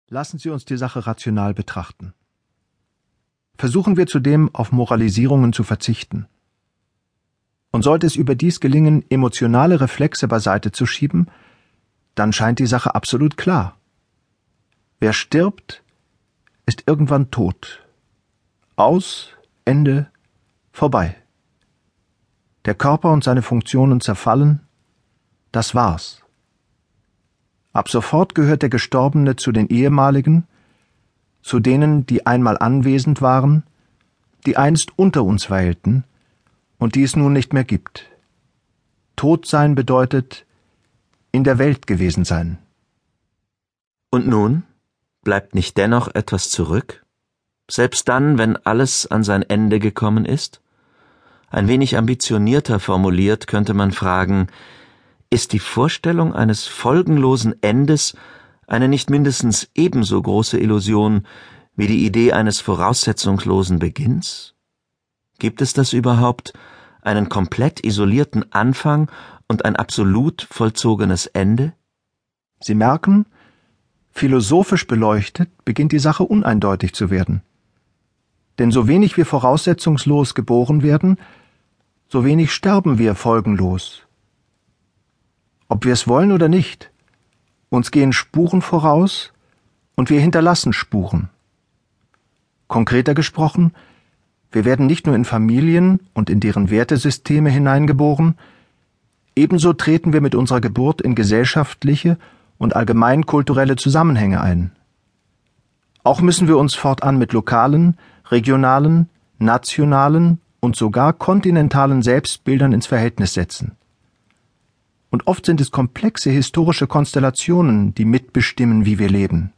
Lassen Sie uns die Sache rational betrachten. Versuchen wir zudem, auf Moralisierungen zu verzichten. Und sollte es überdies gelingen, emotionale Reflexe beiseite zu schieben, dann scheint die Sache absolut klar. Wer stirbt, ist irgendwann tot. Aus, Ende, vorbei. Der Körper und seine Funktionen zerfallen, das war's. Ab sofort gehört der Gestorbene zu den Ehemaligen, zu denen, die einmal anwesend waren, die einst unter uns weilten und die es nun nicht mehr gibt. Tot sein bedeutet, in der Welt gewesen sein. Und nun? Bleibt nicht dennoch etwas zurück? Selbst dann, wenn alles an sein Ende gekommen ist? Ein wenig ambitionierter formuliert könnte man fragen, ist die Vorstellung eines folgenlosen Endes eine nicht mindestens ebenso große Illusion wie die Idee eines voraussetzungslosen Beginns? Gibt es das überhaupt, einen komplett isolierten Anfang und ein absolut vollzogenes Ende? Sie merken, philosophisch beleuchtet beginnt die Sache uneindeutig zu werden. Denn so wenig wir voraussetzungslos geboren werden, so wenig sterben wir folgenlos. Ob wir es wollen oder nicht, uns gehen Spuren voraus und wir hinterlassen Spuren. Konkreter gesprochen, wir werden nicht nur in Familien und in deren Wertesysteme hineingeboren, ebenso treten wir mit unserer Geburt in gesellschaftliche und allgemeinkulturelle Zusammenhänge ein. Auch müssen wir uns fortan mit lokalen, regionalen, nationalen und sogar kontinentalen Selbstbildern ins Verhältnis setzen. Und oft sind es komplexe historische Konstellationen, die mitbestimmen, wie wir leben.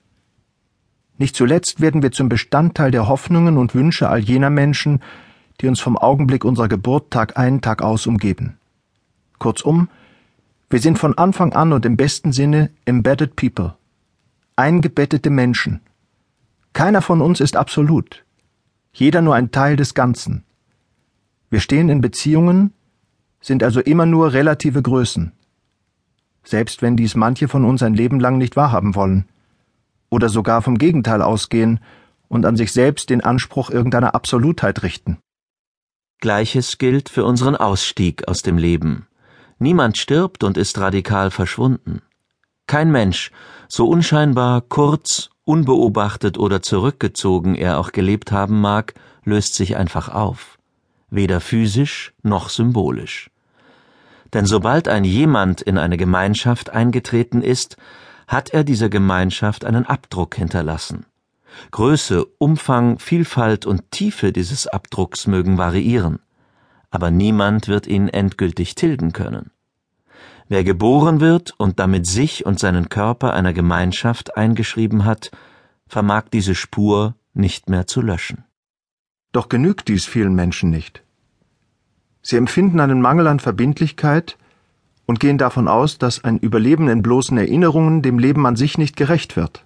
Nicht zuletzt werden wir zum Bestandteil der Hoffnungen und Wünsche all jener Menschen, die uns vom Augenblick unserer Geburt Tag ein, Tag aus umgeben. Kurzum, wir sind von Anfang an und im besten Sinne embedded people, eingebettete Menschen. Keiner von uns ist absolut, jeder nur ein Teil des Ganzen. Wir stehen in Beziehungen, sind also immer nur relative Größen, selbst wenn dies manche von uns ein Leben lang nicht wahrhaben wollen oder sogar vom Gegenteil ausgehen und an sich selbst den Anspruch irgendeiner Absolutheit richten. Gleiches gilt für unseren Ausstieg aus dem Leben. Niemand stirbt und ist radikal verschwunden. Kein Mensch, so unscheinbar, kurz, unbeobachtet oder zurückgezogen er auch gelebt haben mag, löst sich einfach auf. Weder physisch noch symbolisch. Denn sobald ein Jemand in eine Gemeinschaft eingetreten ist, hat er dieser Gemeinschaft einen Abdruck hinterlassen. Größe, Umfang, Vielfalt und Tiefe dieses Abdrucks mögen variieren, aber niemand wird ihn endgültig tilgen können. Wer geboren wird und damit sich und seinen Körper einer Gemeinschaft eingeschrieben hat, vermag diese Spur nicht mehr zu löschen. Doch genügt dies vielen Menschen nicht. Sie empfinden einen Mangel an Verbindlichkeit und gehen davon aus, dass ein Überleben in bloßen Erinnerungen dem Leben an sich nicht gerecht wird.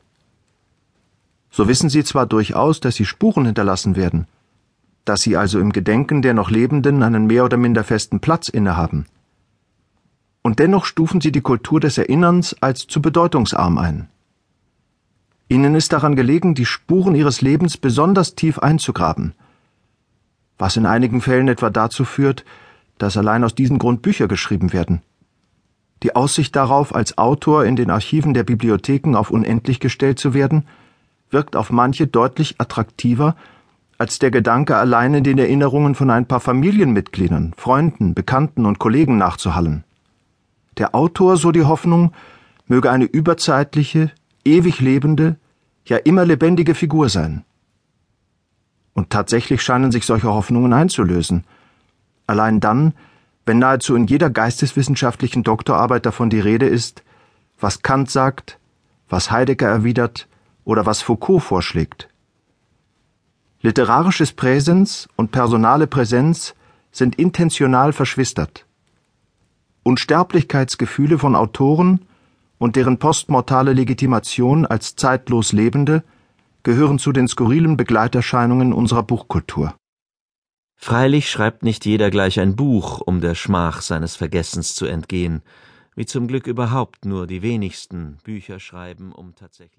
So wissen sie zwar durchaus, dass sie Spuren hinterlassen werden, dass sie also im Gedenken der noch Lebenden einen mehr oder minder festen Platz innehaben. Und dennoch stufen sie die Kultur des Erinnerns als zu bedeutungsarm ein. Ihnen ist daran gelegen, die Spuren ihres Lebens besonders tief einzugraben, was in einigen Fällen etwa dazu führt, dass allein aus diesem Grund Bücher geschrieben werden. Die Aussicht darauf, als Autor in den Archiven der Bibliotheken auf unendlich gestellt zu werden, wirkt auf manche deutlich attraktiver als der Gedanke, allein in den Erinnerungen von ein paar Familienmitgliedern, Freunden, Bekannten und Kollegen nachzuhallen. Der Autor, so die Hoffnung, möge eine überzeitliche, ewig lebende, ja immer lebendige Figur sein. Und tatsächlich scheinen sich solche Hoffnungen einzulösen. Allein dann, wenn nahezu in jeder geisteswissenschaftlichen Doktorarbeit davon die Rede ist, was Kant sagt, was Heidegger erwidert oder was Foucault vorschlägt. Literarisches Präsens und personale Präsenz sind intentional verschwistert. Unsterblichkeitsgefühle von Autoren und deren postmortale Legitimation als zeitlos Lebende gehören zu den skurrilen Begleiterscheinungen unserer Buchkultur. Freilich schreibt nicht jeder gleich ein Buch, um der Schmach seines Vergessens zu entgehen, wie zum Glück überhaupt nur die wenigsten Bücher schreiben, um tatsächlich